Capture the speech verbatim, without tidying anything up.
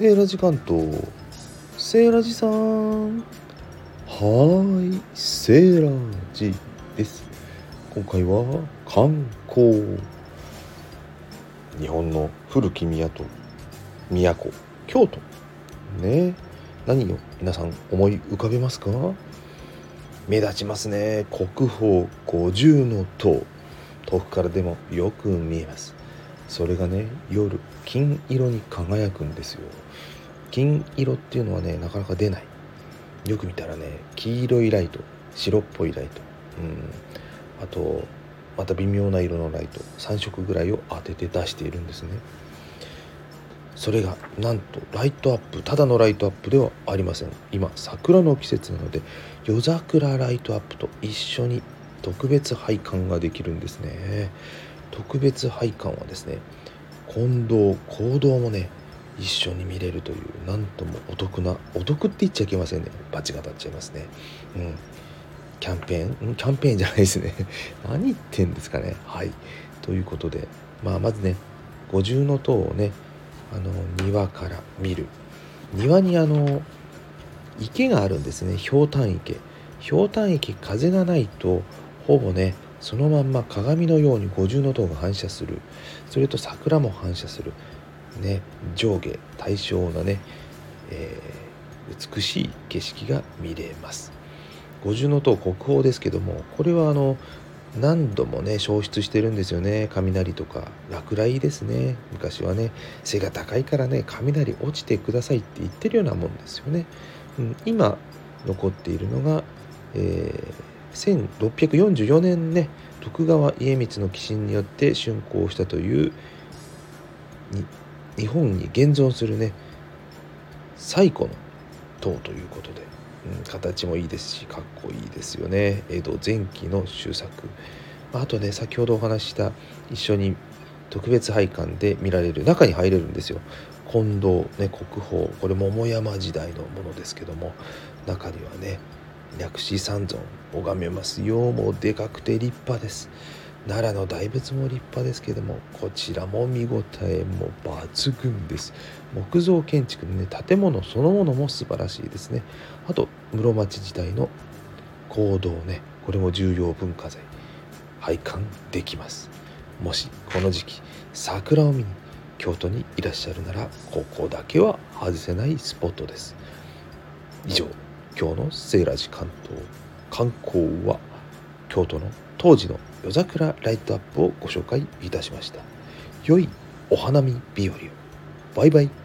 セーラジ関東、セーラジさん。はーい、セーラジです。今回は観光、日本の古き都、都、京都ね。何を皆さん思い浮かべますか？目立ちますね。国宝五重塔、遠くからでもよく見えます。それがね、夜金色に輝くんですよ。金色っていうのはね、なかなか出ない。よく見たらね、黄色いライト、白っぽいライト、うん、あとまた微妙な色のライトさん色ぐらいを当てて出しているんですね。それがなんとライトアップ、ただのライトアップではありません。今桜の季節なので、夜桜ライトアップと一緒に特別拝観ができるんですね。特別拝観はですね、金堂、講堂もね一緒に見れるという、なんともお得な、お得って言っちゃいけませんね、バチが当たっちゃいますね。うんキャンペーンキャンペーンじゃないですね何言ってんですかね。はい、ということで、まあ、まずね、五重塔をね、あの庭から見る。庭にあの池があるんですね。ひょうたん池。ひょうたん池、風がないとほぼねそのまんま鏡のように五重塔が反射する。それと桜も反射するね、上下対称なね、えー美しい景色が見れます。五重塔国宝ですけども、これはあの何度もね消失してるんですよね。雷とか落雷ですね。昔はね、背が高いからね雷落ちてくださいって言ってるようなもんですよね。うん、今残っているのが、えー、せんろっぴゃくよんじゅうよねんね、徳川家光の寄進によって竣工したというに日本に現存するね最古の塔ということで、うん、形もいいですしかっこいいですよね。江戸前期の修作。あとね、先ほどお話しした一緒に特別拝観で見られる、中に入れるんですよ。金堂ね、国宝、これ桃山時代のものですけども、中にはね薬師三尊拝めますよ。もうでかくて立派です。奈良の大仏も立派ですけども、こちらも見応えも抜群です。木造建築でね、建物そのものも素晴らしいですね。あと室町時代の講堂ね、これも重要文化財、拝観できます。もしこの時期桜を見に京都にいらっしゃるなら、ここだけは外せないスポットです。以上、今日のセーラジ関東観光は京都の当時の夜桜ライトアップをご紹介いたしました。良いお花見日和を。バイバイ。